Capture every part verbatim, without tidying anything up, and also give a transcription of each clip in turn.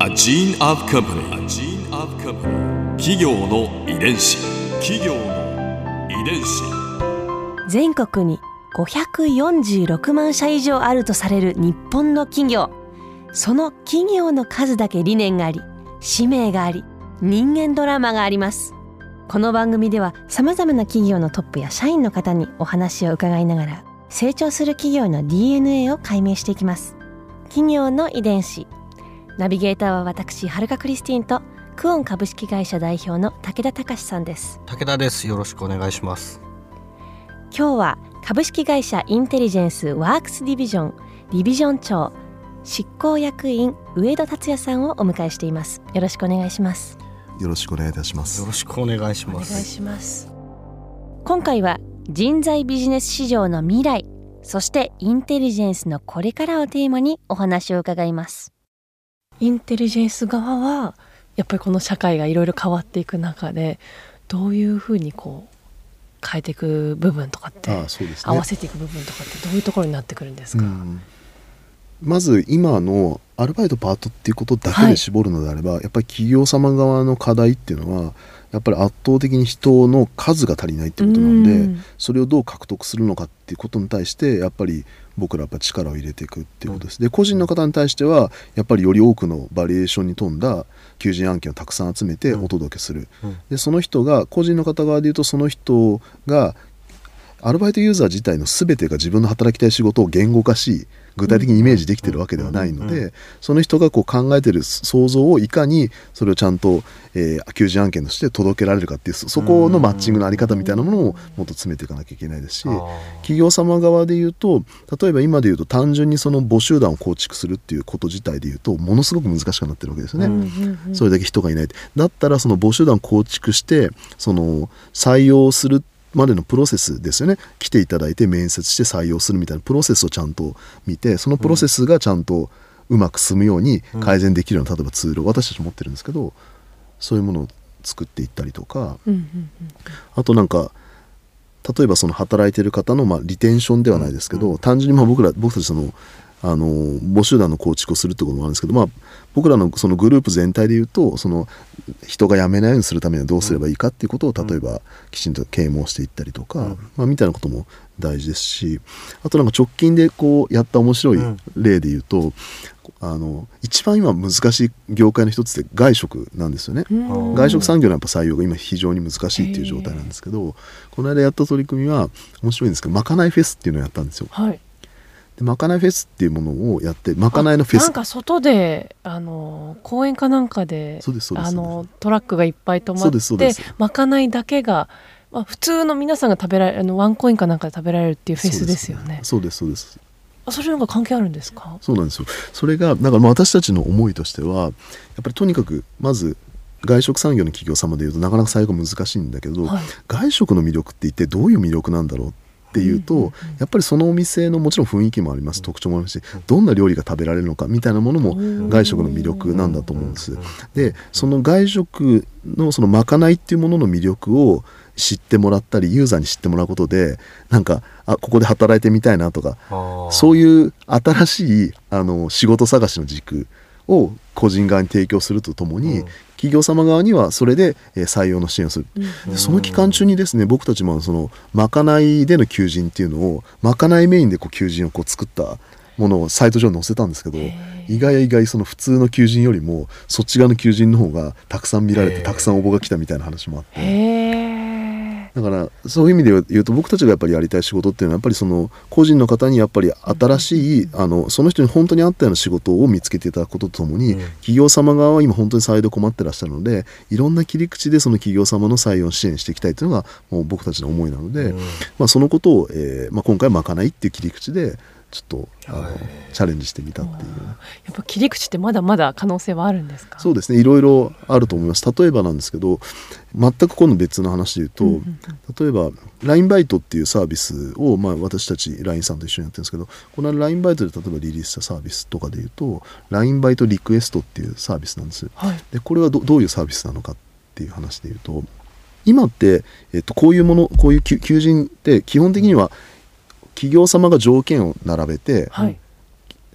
A gene of company. A gene of company. 企業の遺伝子。企業の遺伝子。 全国にごひゃくよんじゅうろくまん社以上あるとされる日本の企業。その企業の数だけ理念があり、使命があり、人間ドラマがあります。この番組ではさまざまな企業のトップや社員の方にお話を伺いながら、成長する企業の ディーエヌエー を解明していきます。企業の遺伝子。ナビゲーターは私はるかクリスティンとクオン株式会社代表の武田隆さんです。 武田です。よろしくお願いします。 今日は株式会社インテリジェンスワークスディビジョンディビジョン長執行役員上戸達也さんをお迎えしています。よろしくお願いします。 よろしくお願いいたします。 よろしくお願いします。 お願いします。今回は人材ビジネス市場の未来、そしてインテリジェンスのこれからをテーマにお話を伺います。インテリジェンス側はやっぱりこの社会がいろいろ変わっていく中でどういうふうにこう変えていく部分とかって、ああ、そうですね、合わせていく部分とかってどういうところになってくるんですか？うん、 まず今のアルバイトパートっていうことだけで絞るのであれば、はい、やっぱり企業様側の課題っていうのはやっぱり圧倒的に人の数が足りないっていうことなので、うん、それをどう獲得するのかっていうことに対してやっぱり僕らはやっぱ力を入れていくっていうことです。で、個人の方に対してはやっぱりより多くのバリエーションに富んだ求人案件をたくさん集めてお届けする、うん、でその人が個人の方側でいうとその人がアルバイトユーザー自体の全てが自分の働きたい仕事を言語化し具体的にイメージできてるわけではないので、その人がこう考えてる想像をいかにそれをちゃんと、えー、求人案件として届けられるかっていうそこのマッチングのあり方みたいなものをもっと詰めていかなきゃいけないですし、企業様側でいうと例えば今でいうと単純にその募集団を構築するっていうこと自体でいうとものすごく難しくなってるわけですよね。それだけ人がいない。だったらその募集団を構築してその採用するまでのプロセスですよね。来ていただいて面接して採用するみたいなプロセスをちゃんと見て、そのプロセスがちゃんとうまく進むように改善できるような例えばツールを私たち持ってるんですけど、そういうものを作っていったりとか、あとなんか例えばその働いている方のまあリテンションではないですけど、単純にまあ僕ら僕たちそのあの募集団の構築をするってこともあるんですけど、まあ、僕らのそのグループ全体でいうとその人が辞めないようにするためにはどうすればいいかっていうことを例えばきちんと啓蒙していったりとか、うんまあ、みたいなことも大事ですし、あとなんか直近でこうやった面白い例でいうと、うん、あの一番今難しい業界の一つって外食なんですよね。外食産業のやっぱ採用が今非常に難しいっていう状態なんですけど、この間やった取り組みは面白いんですけどまかないフェスっていうのをやったんですよ。はいでまかないフェスっていうものをやってまかないのフェスなんか外であの公園かなんかであのトラックがいっぱい止まってまかないだけが、まあ、普通の皆さんが食べられるあのワンコインかなんかで食べられるっていうフェスですよね。 そうですそうです。 あそれなんか関係あるんですか？ そうなんですよ。それがなんか私たちの思いとしてはやっぱりとにかくまず外食産業の企業様でいうとなかなか採用が難しいんだけど、はい、外食の魅力って一体どういう魅力なんだろうっていうと、うんうんうん、やっぱりそのお店のもちろん雰囲気もあります、特徴もあるし、どんな料理が食べられるのかみたいなものも外食の魅力なんだと思うんです。でその外食のそのまかないっていうものの魅力を知ってもらったりユーザーに知ってもらうことでなんかあここで働いてみたいなとかそういう新しいあの仕事探しの軸を個人側に提供するとともに、うん、企業様側にはそれで、えー、採用の支援をする、うん、その期間中にですね僕たちもそのまかないでの求人っていうのをまかないメインでこう求人をこう作ったものをサイト上に載せたんですけど、意外や意外その普通の求人よりもそっち側の求人の方がたくさん見られてたくさん応募が来たみたいな話もあって、へだからそういう意味で言うと僕たちがやっぱりやりたい仕事っていうのはやっぱりその個人の方にやっぱり新しいあのその人に本当に合ったような仕事を見つけていただくこととともに、うん、企業様側は今本当に採用で困ってらっしゃるのでいろんな切り口でその企業様の採用を支援していきたいというのがもう僕たちの思いなので、うんまあ、そのことを、えーまあ、今回はまかないっていう切り口でちょっとあのチャレンジしてみたっていう。 やっぱ切り口ってまだまだ可能性はあるんですか？ そうですね、いろいろあると思います。例えばなんですけど全く今度別の話で言うと、うんうんうん、例えば ライン バイトっていうサービスを、まあ、私たち ライン さんと一緒にやってるんですけどこの ライン バイトで例えばリリースしたサービスとかで言うと ライン バイトリクエストっていうサービスなんです、はい、でこれは ど, どういうサービスなのかっていう話で言うと今って、えっと、こういうものこういう求人って基本的には企業様が条件を並べて、はい、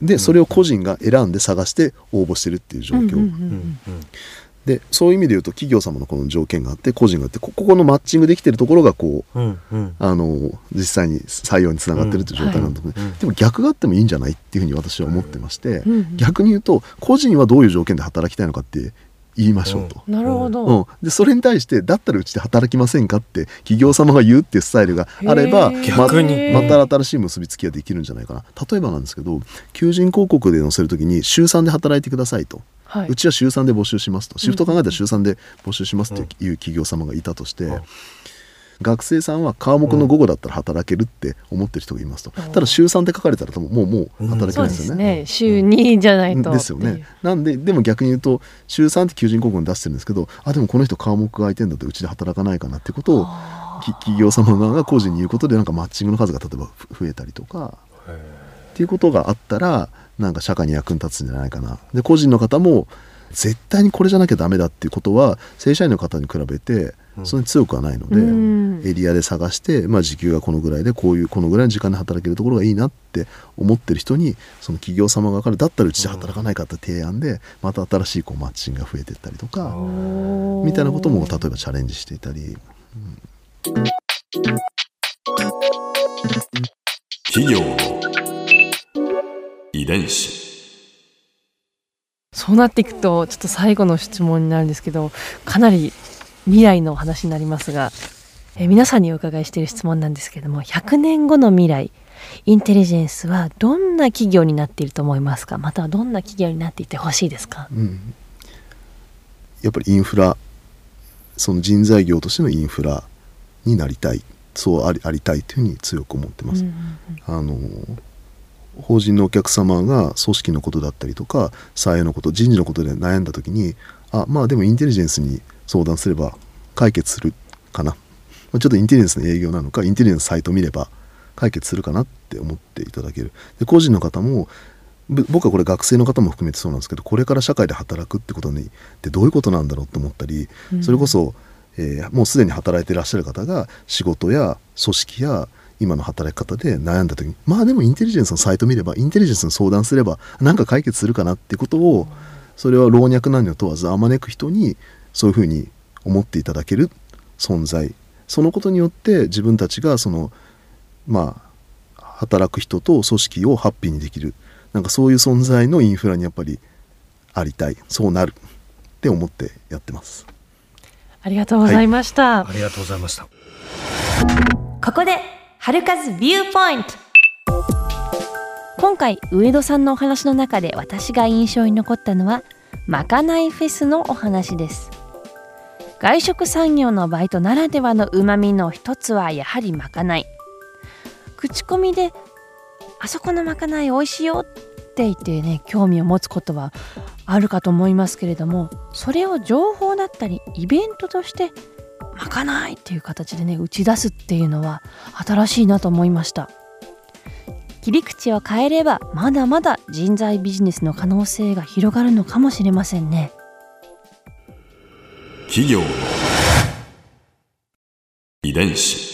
でそれを個人が選んで探して応募してるっていう状況、 うんうんうんうんでそういう意味で言うと企業様のこの条件があって個人があってここのマッチングできてるところがこううんうんあの実際に採用につながってるという状態なんだと思う、 うんはいでも逆があってもいいんじゃないっていうふうに私は思ってまして、 うんうん逆に言うと個人はどういう条件で働きたいのかって言いましょうと、 なるほど、 うんでそれに対してだったらうちで働きませんかって企業様が言うっていうスタイルがあればへーま逆にまた新しい結びつきができるんじゃないかな。例えばなんですけど求人広告で載せるときに週さんで働いてくださいと、 はいうちは週さんで募集しますとシフト考えたら週さんで募集しますっていう企業様がいたとして、 うん学生さんは科目の午後だったら働けるって思ってる人がいますと、ただ週さんって書かれたらもうもう働けそうでないですよね。 すね、週にじゃないとですよね。なんででも逆に言うと週さんって求人広告に出してるんですけどあでもこの人科目が空いてんだってうちで働かないかなってことをき企業様側が個人に言うことでなんかマッチングの数が例えばふ増えたりとかっていうことがあったらなんか社会に役に立つんじゃないかな。で個人の方も絶対にこれじゃなきゃダメだっていうことは正社員の方に比べてそんなに強くはないので、 うんエリアで探して、まあ、時給がこのぐらいでこういうこのぐらいの時間で働けるところがいいなって思ってる人にその企業様側からだったらうちで働かないかって提案でまた新しいこうマッチングが増えていったりとかみたいなことも例えばチャレンジしていたり、 企業の遺伝子。 そうなっていくとちょっと最後の質問になるんですけどかなり未来のお話になりますがえ皆さんにお伺いしている質問なんですけれどもひゃくねんごの未来インテリジェンスはどんな企業になっていると思いますか。またはどんな企業になっていてほしいですか。 うん、やっぱりインフラその人材業としてのインフラになりたいそうあり、ありたいというふうに強く思ってます。 うんうんうんあの法人のお客様が組織のことだったりとか採用のこと人事のことで悩んだ時にあまあでもインテリジェンスに相談すれば解決するかな、まあ、ちょっとインテリジェンスの営業なのかインテリジェンスサイトを見れば解決するかなって思っていただける。で個人の方もぶ僕はこれ学生の方も含めてそうなんですけどこれから社会で働くってことにでどういうことなんだろうと思ったり、 うんそれこそ、えーもうすでに働いていらっしゃる方が仕事や組織や今の働き方で悩んだ時にまあでもインテリジェンスのサイト見ればインテリジェンスに相談すれば何か解決するかなってことをそれは老若男女問わずあまねく人にそういうふうに思っていただける存在そのことによって自分たちがそのまあ働く人と組織をハッピーにできるなんかそういう存在のインフラにやっぱりありたいそうなるって思ってやってます。 ありがとうございました、 ありがとうございました。 ここで春風ビューポイント。今回上戸さんのお話の中で私が印象に残ったのはまかないフェスのお話です。外食産業のバイトならではのうまみの一つはやはりまかない。口コミであそこのまかない美味しいよって言ってね興味を持つことはあるかと思いますけれどもそれを情報だったりイベントとしてまかないっていう形でね打ち出すっていうのは新しいなと思いました。切り口を変えればまだまだ人材ビジネスの可能性が広がるのかもしれませんね。 企業の遺伝子。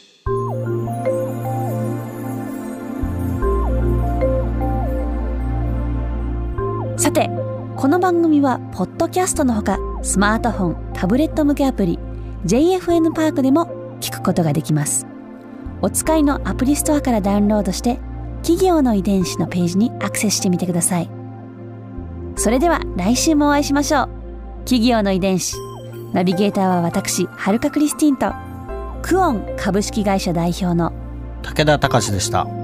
さてこの番組はポッドキャストのほかスマートフォンタブレット向けアプリ ジェイエフエヌ パークでも聞くことができます。お使いのアプリストアからダウンロードして企業の遺伝子のページにアクセスしてみてください。それでは来週もお会いしましょう。企業の遺伝子ナビゲーターは私はるかクリスティンとクオン株式会社代表の武田隆でした。